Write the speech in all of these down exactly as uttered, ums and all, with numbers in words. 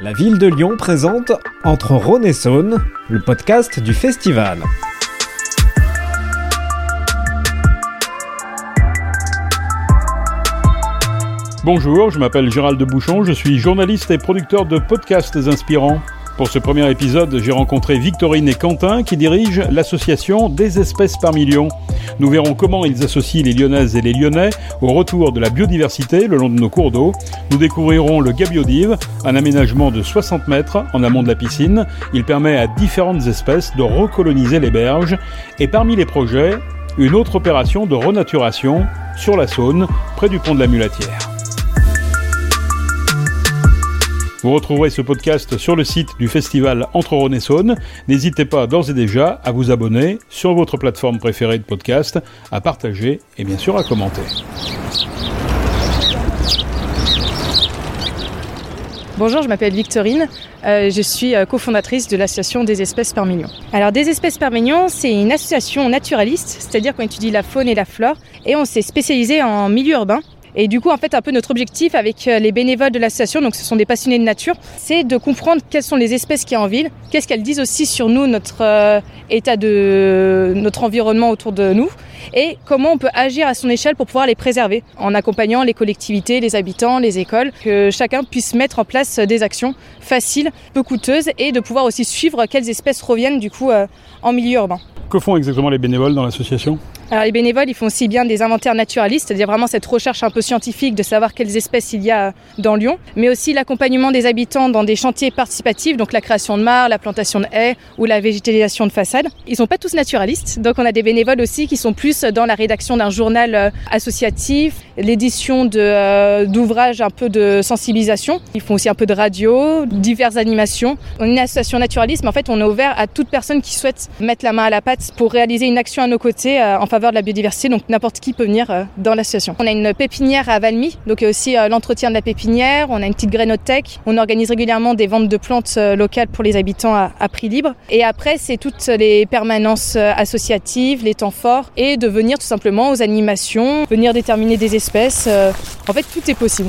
La ville de Lyon présente Entre Rhône et Saône, le podcast du festival. Bonjour, je m'appelle Gérald de Bouchon, je suis journaliste et producteur de podcasts inspirants. Pour ce premier épisode, j'ai rencontré Victorine et Quentin qui dirigent l'association Des espèces par millions. Nous verrons comment ils associent les Lyonnaises et les Lyonnais au retour de la biodiversité le long de nos cours d'eau. Nous découvrirons le Gabiodive, un aménagement de soixante mètres en amont de la piscine. Il permet à différentes espèces de recoloniser les berges. Et parmi les projets, une autre opération de renaturation sur la Saône, près du pont de la Mulatière. Vous retrouverez ce podcast sur le site du festival Entre Rhône et Saône. N'hésitez pas d'ores et déjà à vous abonner sur votre plateforme préférée de podcast, à partager et bien sûr à commenter. Bonjour, je m'appelle Victorine, euh, je suis euh, cofondatrice de l'association Des espèces par millions. Alors Des espèces par millions, c'est une association naturaliste, c'est-à-dire qu'on étudie la faune et la flore, et on s'est spécialisé en milieu urbain. Et du coup, en fait, un peu notre objectif avec les bénévoles de l'association, donc ce sont des passionnés de nature, c'est de comprendre quelles sont les espèces qu'il y a en ville, qu'est-ce qu'elles disent aussi sur nous, notre euh, état de notre environnement autour de nous, et comment on peut agir à son échelle pour pouvoir les préserver, en accompagnant les collectivités, les habitants, les écoles, que chacun puisse mettre en place des actions faciles, peu coûteuses, et de pouvoir aussi suivre quelles espèces reviennent du coup euh, en milieu urbain. Que font exactement les bénévoles dans l'association ? Alors les bénévoles, ils font aussi bien des inventaires naturalistes, c'est-à-dire vraiment cette recherche un peu scientifique de savoir quelles espèces il y a dans Lyon, mais aussi l'accompagnement des habitants dans des chantiers participatifs, donc la création de mares, la plantation de haies ou la végétalisation de façades. Ils sont pas tous naturalistes, donc on a des bénévoles aussi qui sont plus dans la rédaction d'un journal associatif, l'édition de, euh, d'ouvrages un peu de sensibilisation. Ils font aussi un peu de radio, diverses animations. On est une association naturaliste, mais en fait on est ouvert à toute personne qui souhaite mettre la main à la pâte pour réaliser une action à nos côtés euh, en faveur de la biodiversité, donc n'importe qui peut venir euh, dans l'association. On a une pépinière à Valmy, donc aussi euh, l'entretien de la pépinière, on a une petite grainothèque, on organise régulièrement des ventes de plantes euh, locales pour les habitants à, à prix libre. Et après, c'est toutes les permanences euh, associatives, les temps forts, et de venir tout simplement aux animations, venir déterminer des espèces. Euh, en fait, tout est possible.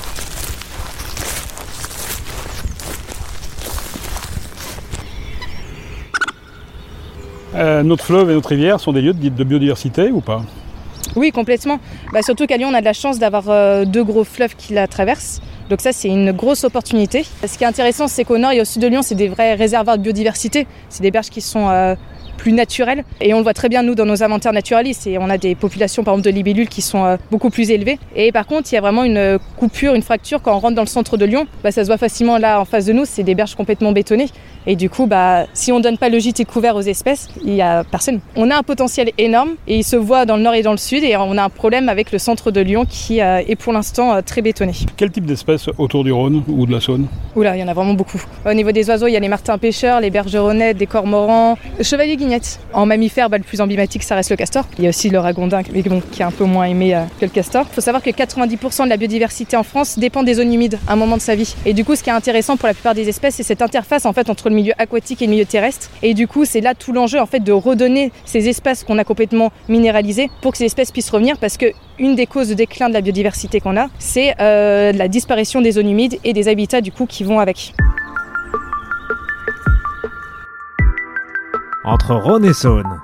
Euh, notre fleuve et notre rivière sont des lieux de, de biodiversité ou pas ? Oui, complètement. Bah, surtout qu'à Lyon, on a de la chance d'avoir euh, deux gros fleuves qui la traversent. Donc ça, c'est une grosse opportunité. Ce qui est intéressant, c'est qu'au nord et au sud de Lyon, c'est des vrais réservoirs de biodiversité. C'est des berges qui sont euh, plus naturelles. Et on le voit très bien, nous, dans nos inventaires naturalistes. Et on a des populations, par exemple, de libellules qui sont euh, beaucoup plus élevées. Et par contre, il y a vraiment une coupure, une fracture. Quand on rentre dans le centre de Lyon, bah, ça se voit facilement là, en face de nous. C'est des berges complètement bétonnées. Et du coup, bah, si on ne donne pas le gîte et couvert aux espèces, il n'y a personne. On a un potentiel énorme et il se voit dans le nord et dans le sud. Et on a un problème avec le centre de Lyon qui euh, est pour l'instant euh, très bétonné. Quel type d'espèces autour du Rhône ou de la Saône ? Oula, il y en a vraiment beaucoup. Au niveau des oiseaux, il y a les martins pêcheurs, les bergeronnets, des cormorans, le chevalier guignette. En mammifère, bah, le plus emblématique, ça reste le castor. Il y a aussi le ragondin, mais bon, qui est un peu moins aimé euh, que le castor. Il faut savoir que quatre-vingt-dix pour cent de la biodiversité en France dépend des zones humides à un moment de sa vie. Et du coup, ce qui est intéressant pour la plupart des espèces, c'est cette interface en fait entre le milieu aquatique et le milieu terrestre. Et du coup, c'est là tout l'enjeu en fait de redonner ces espaces qu'on a complètement minéralisés pour que ces espèces puissent revenir, parce que une des causes de déclin de la biodiversité qu'on a, c'est euh, la disparition des zones humides et des habitats du coup qui vont avec. Entre Rhône et Saône.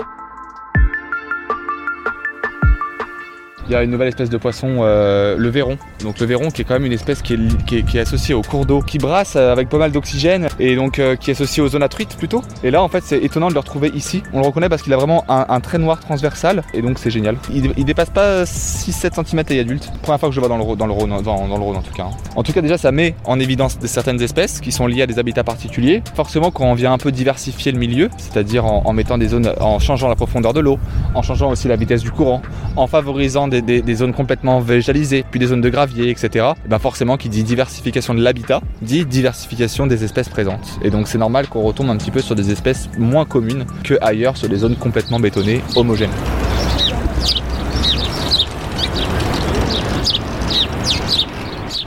Il y a une nouvelle espèce de poisson, euh, le verron. Donc le verron qui est quand même une espèce qui est, qui est, qui est associée au cours d'eau, qui brasse avec pas mal d'oxygène et donc euh, qui est associée aux zones à truites plutôt. Et là en fait c'est étonnant de le retrouver ici. On le reconnaît parce qu'il a vraiment un, un trait noir transversal et donc c'est génial. Il, il dépasse pas six à sept centimètres et adulte. Première fois que je le vois dans le, dans le Rhône, dans, dans le Rhône en tout cas. En tout cas déjà ça met en évidence de certaines espèces qui sont liées à des habitats particuliers. Forcément quand on vient un peu diversifier le milieu, c'est-à-dire en, en mettant des zones, en changeant la profondeur de l'eau, en changeant aussi la vitesse du courant, en favorisant des, des, des zones complètement végétalisées, puis des zones de gravier, et cetera. Et ben forcément, qui dit diversification de l'habitat, dit diversification des espèces présentes. Et donc c'est normal qu'on retombe un petit peu sur des espèces moins communes que ailleurs sur des zones complètement bétonnées, homogènes.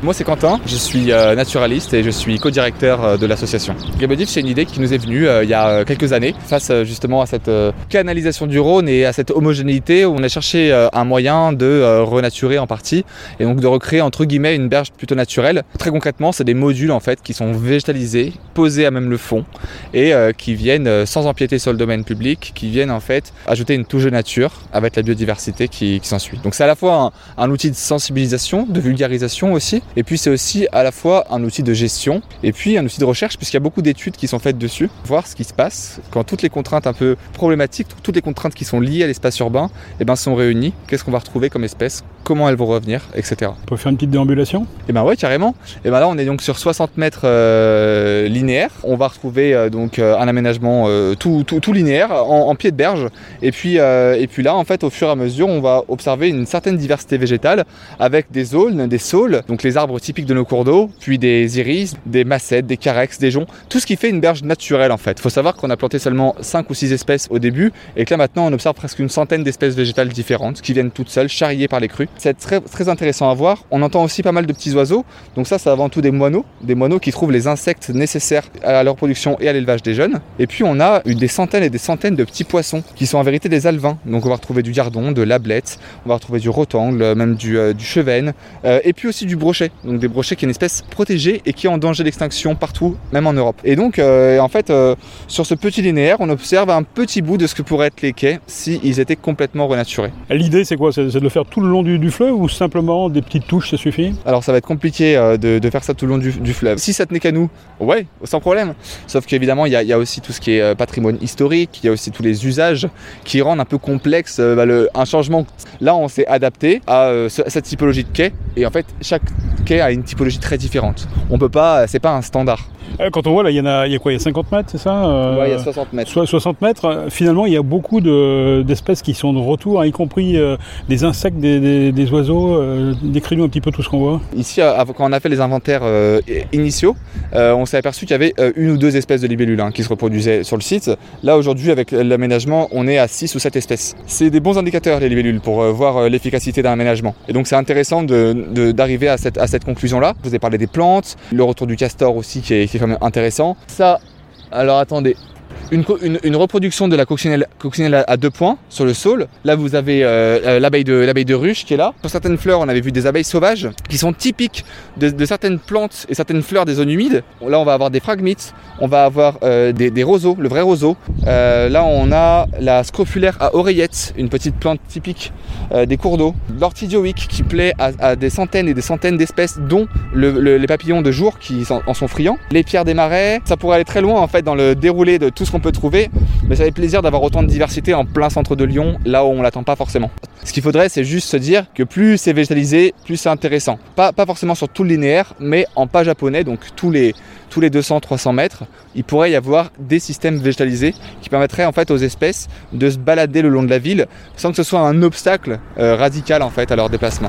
Moi c'est Quentin, je suis euh, naturaliste et je suis co-directeur euh, de l'association. Gabiodive, c'est une idée qui nous est venue euh, il y a quelques années face euh, justement à cette euh, canalisation du Rhône et à cette homogénéité où on a cherché euh, un moyen de euh, renaturer en partie et donc de recréer entre guillemets une berge plutôt naturelle. Très concrètement, c'est des modules en fait qui sont végétalisés, posés à même le fond et euh, qui viennent euh, sans empiéter sur le domaine public, qui viennent en fait ajouter une touche de nature avec la biodiversité qui, qui s'ensuit. Donc c'est à la fois un, un outil de sensibilisation, de vulgarisation aussi. Et puis c'est aussi à la fois un outil de gestion et puis un outil de recherche puisqu'il y a beaucoup d'études qui sont faites dessus. Voir ce qui se passe quand toutes les contraintes un peu problématiques, toutes les contraintes qui sont liées à l'espace urbain eh ben, sont réunies. Qu'est-ce qu'on va retrouver comme espèce, comment elles vont revenir, et cetera. On peut faire une petite déambulation ? Et ben ouais, carrément. Et ben là on est donc sur soixante mètres euh, linéaires. On va retrouver euh, donc euh, un aménagement euh, tout, tout, tout linéaire en, en pied de berge. Et puis, euh, et puis là en fait au fur et à mesure on va observer une certaine diversité végétale avec des aulnes, des saules, donc les arbres typiques de nos cours d'eau, puis des iris, des massettes, des carex, des joncs, tout ce qui fait une berge naturelle en fait. Il faut savoir qu'on a planté seulement cinq ou six espèces au début et que là maintenant on observe presque une centaine d'espèces végétales différentes qui viennent toutes seules, charriées par les crues. C'est très, très intéressant à voir. On entend aussi pas mal de petits oiseaux, donc ça c'est avant tout des moineaux, des moineaux qui trouvent les insectes nécessaires à leur production et à l'élevage des jeunes. Et puis on a eu des centaines et des centaines de petits poissons qui sont en vérité des alevins. Donc on va retrouver du gardon, de l'ablette, on va retrouver du rotangle, même du, euh, du chevenne, euh, et puis aussi du brochet. Donc des brochets qui est une espèce protégée et qui est en danger d'extinction partout, même en Europe. Et donc euh, en fait euh, sur ce petit linéaire, on observe un petit bout de ce que pourraient être les quais s'ils étaient complètement renaturés. L'idée c'est quoi ? C'est de le faire tout le long du, du fleuve ou simplement des petites touches ça suffit ? Alors ça va être compliqué euh, de, de faire ça tout le long du, du fleuve. Si ça tenait qu'à nous, ouais, sans problème. Sauf qu'évidemment il y, y a aussi tout ce qui est euh, patrimoine historique, il y a aussi tous les usages qui rendent un peu complexe euh, bah, le, un changement. Là on s'est adapté à, euh, à cette typologie de quai et en fait chaque quai a une typologie très différente. On peut pas, c'est pas un standard. Quand on voit là, il y en a, il y a quoi ? Il y a cinquante mètres, c'est ça ? euh, Ouais, il y a soixante mètres. So- soixante mètres. Finalement, il y a beaucoup de, d'espèces qui sont de retour, hein, y compris euh, des insectes, des, des, des oiseaux. Euh, décris-nous un petit peu tout ce qu'on voit. Ici, quand on a fait les inventaires euh, initiaux, euh, on s'est aperçu qu'il y avait euh, une ou deux espèces de libellules hein, qui se reproduisaient sur le site. Là, aujourd'hui, avec l'aménagement, on est à six ou sept espèces. C'est des bons indicateurs, les libellules, pour euh, voir euh, l'efficacité d'un aménagement. Et donc, c'est intéressant de, de, d'arriver à cette, à cette conclusion-là. Je vous ai parlé des plantes, le retour du castor aussi, qui est, qui est quand même intéressant. Ça, alors attendez, une, une, une reproduction de la coccinelle, coccinelle à, à deux points sur le saule. Là, vous avez euh, l'abeille, de, l'abeille de ruche qui est là. Sur certaines fleurs, on avait vu des abeilles sauvages qui sont typiques de, de certaines plantes et certaines fleurs des zones humides. Là, on va avoir des phragmites, on va avoir euh, des, des roseaux, le vrai roseau. Euh, là, on a la scrofulaire à oreillettes, une petite plante typique euh, des cours d'eau. L'ortidioïque qui plaît à, à des centaines et des centaines d'espèces, dont le, le, les papillons de jour qui en, en sont friands. Les pierres des marais, ça pourrait aller très loin en fait dans le déroulé de tout ce qu'on peut trouver, mais ça fait plaisir d'avoir autant de diversité en plein centre de Lyon, là où on l'attend pas forcément. Ce qu'il faudrait, c'est juste se dire que plus c'est végétalisé, plus c'est intéressant. Pas, pas forcément sur tout le linéaire, mais en pas japonais, donc tous les, tous les deux cents à trois cents mètres, il pourrait y avoir des systèmes végétalisés qui permettraient en fait aux espèces de se balader le long de la ville sans que ce soit un obstacle euh, radical en fait à leur déplacement.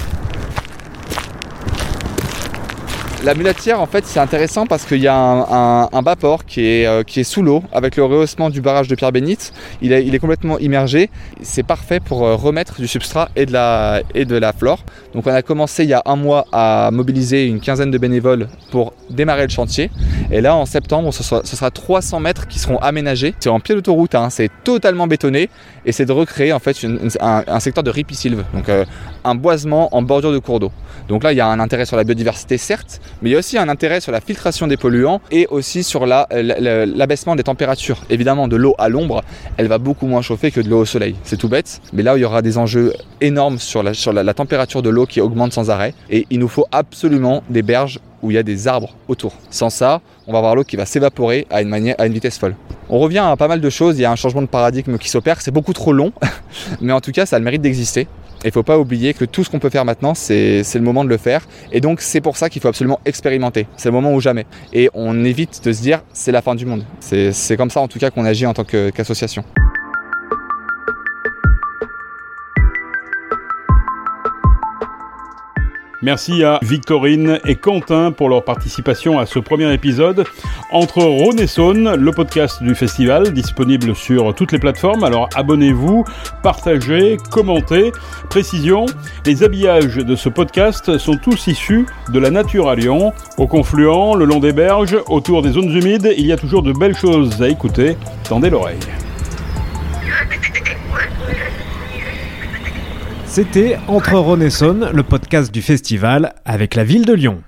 La mulatière, en fait, c'est intéressant parce qu'il y a un, un, un bas-port qui est, euh, qui est sous l'eau avec le rehaussement du barrage de Pierre-Bénite. Il est, il est complètement immergé. C'est parfait pour euh, remettre du substrat et de, la, et de la flore. Donc, on a commencé il y a un mois à mobiliser une quinzaine de bénévoles pour démarrer le chantier. Et là, en septembre, ce sera, ce sera trois cents mètres qui seront aménagés. C'est en pied d'autoroute, hein, c'est totalement bétonné. Et c'est de recréer en fait une, un, un secteur de ripisylve, donc euh, un boisement en bordure de cours d'eau. Donc là, il y a un intérêt sur la biodiversité, certes, mais il y a aussi un intérêt sur la filtration des polluants et aussi sur la, la, l'abaissement des températures. Évidemment, de l'eau à l'ombre, elle va beaucoup moins chauffer que de l'eau au soleil. C'est tout bête, mais là, il y aura des enjeux énormes sur la, sur la, la température de l'eau qui augmente sans arrêt. Et il nous faut absolument des berges où il y a des arbres autour. Sans ça, on va avoir l'eau qui va s'évaporer à une, manière, à une vitesse folle. On revient à pas mal de choses, il y a un changement de paradigme qui s'opère, c'est beaucoup trop long, mais en tout cas ça a le mérite d'exister. Et il ne faut pas oublier que tout ce qu'on peut faire maintenant, c'est, c'est le moment de le faire. Et donc c'est pour ça qu'il faut absolument expérimenter. C'est le moment ou jamais. Et on évite de se dire c'est la fin du monde. C'est, c'est comme ça en tout cas qu'on agit en tant que, qu'association. Merci à Victorine et Quentin pour leur participation à ce premier épisode. Entre Rhône et Saône, le podcast du festival, disponible sur toutes les plateformes. Alors abonnez-vous, partagez, commentez. Précision, les habillages de ce podcast sont tous issus de la nature à Lyon. Au confluent, le long des berges, autour des zones humides, il y a toujours de belles choses à écouter. Tendez l'oreille. C'était Entre Rhône et Saône, le podcast du festival avec la ville de Lyon.